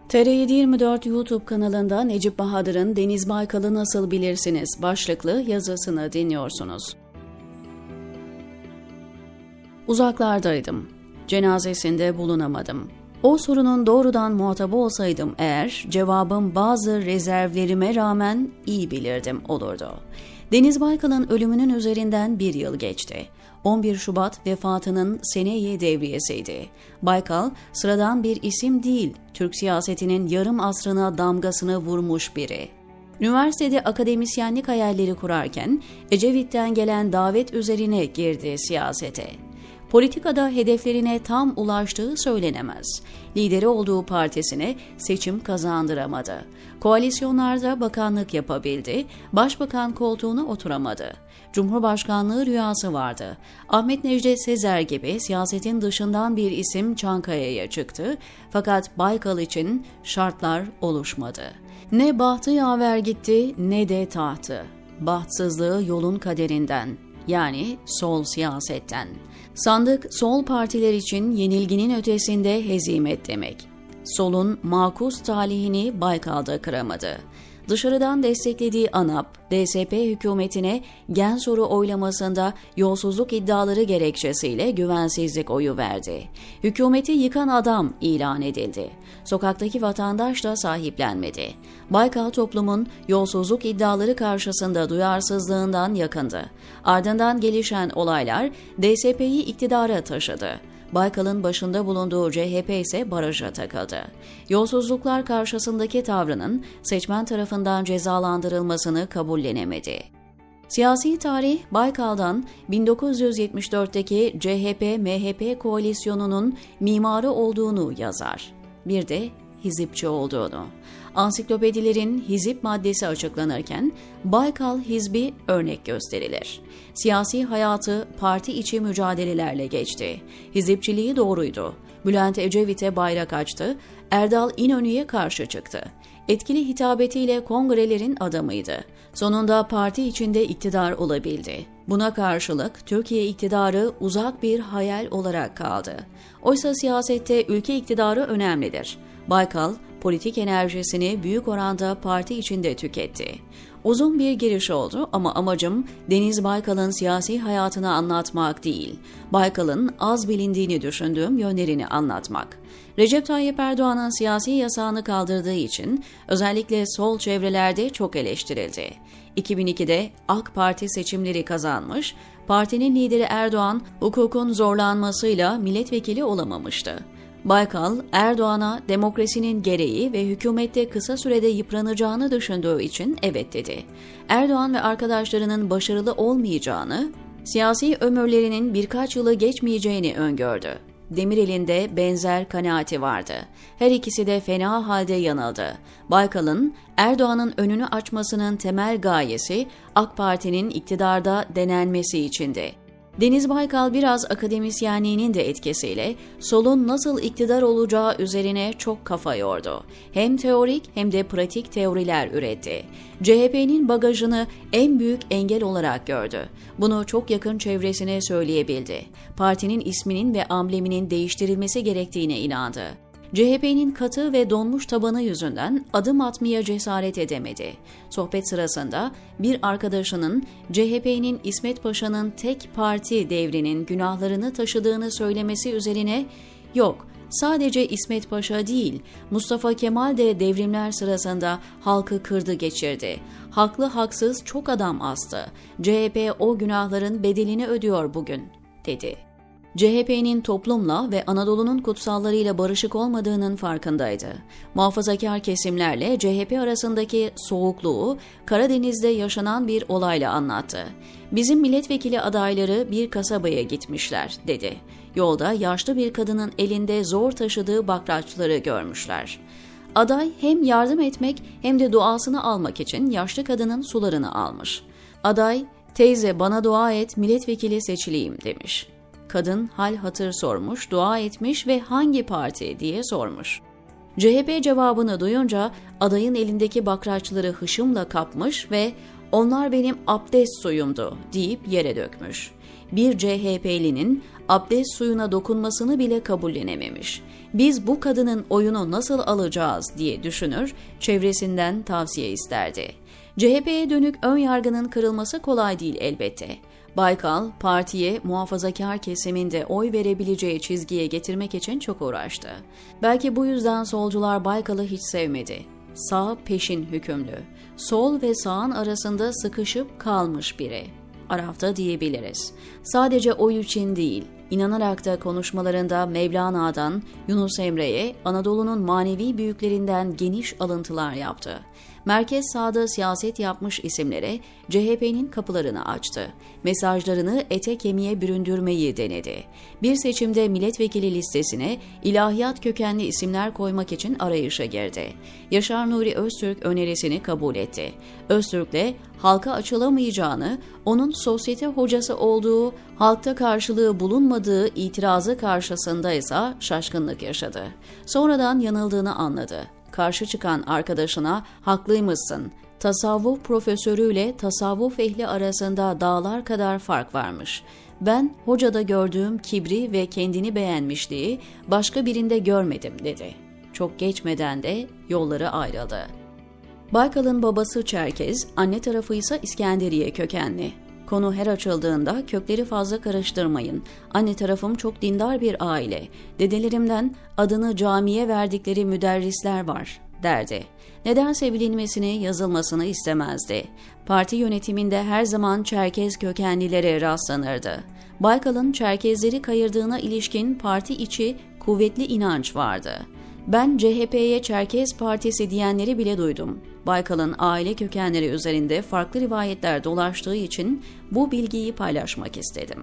TR724 YouTube kanalında Necip Bahadır'ın Deniz Baykal'ı nasıl bilirsiniz başlıklı yazısını dinliyorsunuz. Uzaklardaydım. Cenazesinde bulunamadım. O sorunun doğrudan muhatabı olsaydım eğer, cevabım bazı rezervlerime rağmen iyi bilirdim olurdu. Deniz Baykal'ın ölümünün üzerinden bir yıl geçti. 11 Şubat vefatının seneyi devriyesiydi. Baykal, sıradan bir isim değil, Türk siyasetinin yarım asrına damgasını vurmuş biri. Üniversitede akademisyenlik hayalleri kurarken, Ecevit'ten gelen davet üzerine girdi siyasete. Politikada hedeflerine tam ulaştığı söylenemez. Lideri olduğu partisine seçim kazandıramadı. Koalisyonlarda bakanlık yapabildi, başbakan koltuğuna oturamadı. Cumhurbaşkanlığı rüyası vardı. Ahmet Necdet Sezer gibi siyasetin dışından bir isim Çankaya'ya çıktı. Fakat Baykal için şartlar oluşmadı. Ne bahtı yaver gitti ne de tahtı. Bahtsızlığı yolun kaderinden. Yani sol siyasetten. Sandık sol partiler için yenilginin ötesinde hezimet demek. Solun makus talihini Baykal'da kıramadı. Dışarıdan desteklediği ANAP, DSP hükümetine gen soru oylamasında yolsuzluk iddiaları gerekçesiyle güvensizlik oyu verdi. Hükümeti yıkan adam ilan edildi. Sokaktaki vatandaş da sahiplenmedi. Baykal toplumun yolsuzluk iddiaları karşısında duyarsızlığından yakındı. Ardından gelişen olaylar DSP'yi iktidara taşıdı. Baykal'ın başında bulunduğu CHP ise baraja takıldı. Yolsuzluklar karşısındaki tavrının seçmen tarafından cezalandırılmasını kabullenemedi. Siyasi tarih Baykal'dan 1974'teki CHP-MHP koalisyonunun mimarı olduğunu yazar. Bir de hizipçi olduğunu. Ansiklopedilerin hizip maddesi açıklanırken Baykal Hizbi örnek gösterilir. Siyasi hayatı parti içi mücadelelerle geçti. Hizipçiliği doğruydu. Bülent Ecevit'e bayrak açtı, Erdal İnönü'ye karşı çıktı. Etkili hitabetiyle kongrelerin adamıydı. Sonunda parti içinde iktidar olabildi. Buna karşılık Türkiye iktidarı uzak bir hayal olarak kaldı. Oysa siyasette ülke iktidarı önemlidir. Baykal, politik enerjisini büyük oranda parti içinde tüketti. Uzun bir giriş oldu ama amacım Deniz Baykal'ın siyasi hayatını anlatmak değil, Baykal'ın az bilindiğini düşündüğüm yönlerini anlatmak. Recep Tayyip Erdoğan'ın siyasi yasağını kaldırdığı için özellikle sol çevrelerde çok eleştirildi. 2002'de AK Parti seçimleri kazanmış, partinin lideri Erdoğan hukukun zorlanmasıyla milletvekili olamamıştı. Baykal, Erdoğan'a demokrasinin gereği ve hükümette kısa sürede yıpranacağını düşündüğü için evet dedi. Erdoğan ve arkadaşlarının başarılı olmayacağını, siyasi ömürlerinin birkaç yılı geçmeyeceğini öngördü. Demirel'in de benzer kanaati vardı. Her ikisi de fena halde yanıldı. Baykal'ın Erdoğan'ın önünü açmasının temel gayesi AK Parti'nin iktidarda denenmesi içindi. Deniz Baykal biraz akademisyenliğinin de etkisiyle solun nasıl iktidar olacağı üzerine çok kafa yordu. Hem teorik hem de pratik teoriler üretti. CHP'nin bagajını en büyük engel olarak gördü. Bunu çok yakın çevresine söyleyebildi. Partinin isminin ve ambleminin değiştirilmesi gerektiğine inandı. CHP'nin katı ve donmuş tabanı yüzünden adım atmaya cesaret edemedi. Sohbet sırasında bir arkadaşının CHP'nin İsmet Paşa'nın tek parti devrinin günahlarını taşıdığını söylemesi üzerine "Yok, sadece İsmet Paşa değil, Mustafa Kemal de devrimler sırasında halkı kırdı geçirdi. Haklı haksız çok adam astı. CHP o günahların bedelini ödüyor bugün," dedi. CHP'nin toplumla ve Anadolu'nun kutsallarıyla barışık olmadığının farkındaydı. Muhafazakar kesimlerle CHP arasındaki soğukluğu Karadeniz'de yaşanan bir olayla anlattı. "Bizim milletvekili adayları bir kasabaya gitmişler," dedi. Yolda yaşlı bir kadının elinde zor taşıdığı bakraçları görmüşler. Aday hem yardım etmek hem de duasını almak için yaşlı kadının sularını almış. Aday, "Teyze bana dua et, milletvekili seçileyim," demiş. Kadın hal hatır sormuş, dua etmiş ve "Hangi parti?" diye sormuş. CHP cevabını duyunca adayın elindeki bakraçları hışımla kapmış ve "Onlar benim abdest suyumdu," deyip yere dökmüş. bir CHP'linin abdest suyuna dokunmasını bile kabullenememiş. Biz bu kadının oyunu nasıl alacağız diye düşünür, çevresinden tavsiye isterdi. CHP'ye dönük ön yargının kırılması kolay değil elbette. Baykal, partiye muhafazakar kesiminde oy verebileceği çizgiye getirmek için çok uğraştı. Belki bu yüzden solcular Baykal'ı hiç sevmedi. Sağ peşin hükümlü, sol ve sağın arasında sıkışıp kalmış biri. Arafta diyebiliriz. Sadece oy için değil, inanarak da konuşmalarında Mevlana'dan Yunus Emre'ye, Anadolu'nun manevi büyüklerinden geniş alıntılar yaptı. Merkez sağda siyaset yapmış isimlere CHP'nin kapılarını açtı. Mesajlarını ete kemiğe büründürmeyi denedi. Bir seçimde milletvekili listesine ilahiyat kökenli isimler koymak için arayışa girdi. Yaşar Nuri Öztürk önerisini kabul etti. Öztürk'le halka açılamayacağını, onun sosyete hocası olduğu, halkta karşılığı bulunmadığı itirazı karşısında ise şaşkınlık yaşadı. Sonradan yanıldığını anladı. Karşı çıkan arkadaşına haklıymışsın, tasavvuf profesörüyle tasavvuf ehli arasında dağlar kadar fark varmış. Ben hocada gördüğüm kibri ve kendini beğenmişliği başka birinde görmedim dedi. Çok geçmeden de yolları ayrıldı. Baykal'ın babası Çerkez, anne tarafı ise İskenderiye kökenli. Konu her açıldığında kökleri fazla karıştırmayın. Anne tarafım çok dindar bir aile. Dedelerimden adını camiye verdikleri müderrisler var, derdi. Nedense bilinmesini, yazılmasını istemezdi. Parti yönetiminde her zaman Çerkez kökenlilere rastlanırdı. Baykal'ın Çerkezleri kayırdığına ilişkin parti içi kuvvetli inanç vardı. Ben CHP'ye Çerkez Partisi diyenleri bile duydum. Baykal'ın aile kökenleri üzerinde farklı rivayetler dolaştığı için bu bilgiyi paylaşmak istedim.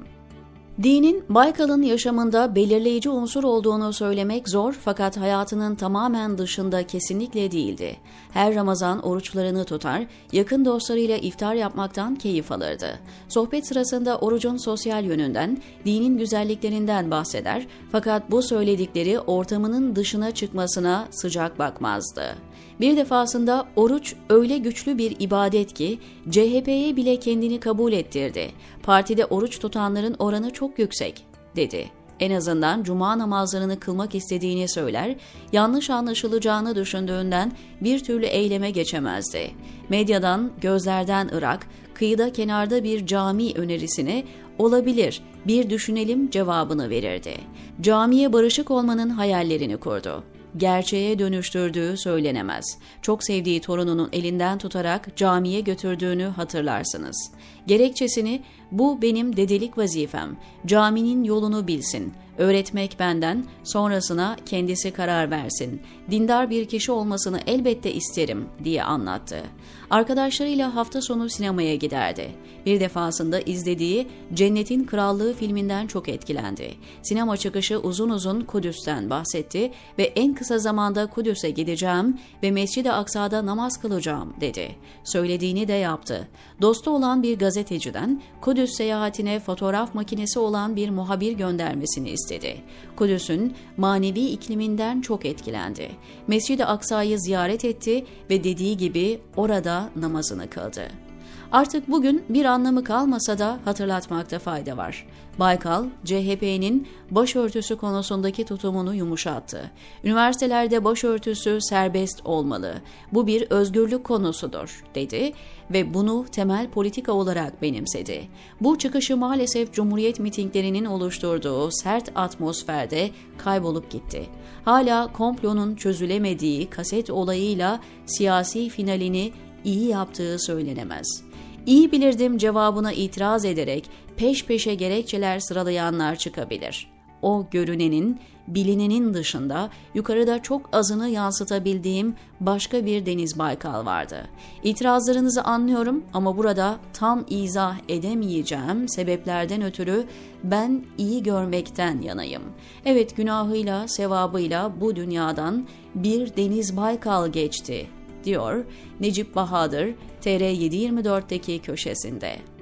Dinin Baykal'ın yaşamında belirleyici unsur olduğunu söylemek zor fakat hayatının tamamen dışında kesinlikle değildi. Her Ramazan oruçlarını tutar, yakın dostlarıyla iftar yapmaktan keyif alırdı. Sohbet sırasında orucun sosyal yönünden, dinin güzelliklerinden bahseder fakat bu söyledikleri ortamının dışına çıkmasına sıcak bakmazdı. Bir defasında oruç öyle güçlü bir ibadet ki CHP'ye bile kendini kabul ettirdi. Partide oruç tutanların oranı çok yüksek, dedi. En azından cuma namazlarını kılmak istediğini söyler, yanlış anlaşılacağını düşündüğünden bir türlü eyleme geçemezdi. Medyadan, gözlerden ırak, kıyıda kenarda bir cami önerisine olabilir, bir düşünelim cevabını verirdi. Camiye barışık olmanın hayallerini kurdu. Gerçeğe dönüştürdüğü söylenemez. Çok sevdiği torununun elinden tutarak camiye götürdüğünü hatırlarsınız. Gerekçesini, bu benim dedelik vazifem, caminin yolunu bilsin, öğretmek benden, sonrasına kendisi karar versin, dindar bir kişi olmasını elbette isterim diye anlattı. Arkadaşlarıyla hafta sonu sinemaya giderdi. Bir defasında izlediği Cennetin Krallığı filminden çok etkilendi. Sinema çıkışı uzun uzun Kudüs'ten bahsetti ve en kısa zamanda Kudüs'e gideceğim ve Mescid-i Aksa'da namaz kılacağım dedi. Söylediğini de yaptı. Dostu olan bir gazeteciden Kudüs seyahatine fotoğraf makinesi olan bir muhabir göndermesini istedi. Kudüs'ün manevi ikliminden çok etkilendi. Mescid-i Aksa'yı ziyaret etti ve dediği gibi orada namazını kıldı. Artık bugün bir anlamı kalmasa da hatırlatmakta fayda var. Baykal, CHP'nin başörtüsü konusundaki tutumunu yumuşattı. Üniversitelerde başörtüsü serbest olmalı. Bu bir özgürlük konusudur, dedi ve bunu temel politika olarak benimsedi. Bu çıkışı maalesef Cumhuriyet mitinglerinin oluşturduğu sert atmosferde kaybolup gitti. Hala komplonun çözülemediği kaset olayıyla siyasi finalini iyi yaptığı söylenemez. İyi bilirdim cevabına itiraz ederek peş peşe gerekçeler sıralayanlar çıkabilir. O görünenin, bilinenin dışında yukarıda çok azını yansıtabildiğim başka bir Deniz Baykal vardı. İtirazlarınızı anlıyorum ama burada tam izah edemeyeceğim sebeplerden ötürü ben iyi görmekten yanayım. Evet, günahıyla, sevabıyla bu dünyadan bir Deniz Baykal geçti, diyor Necip Bahadır TR724'teki köşesinde.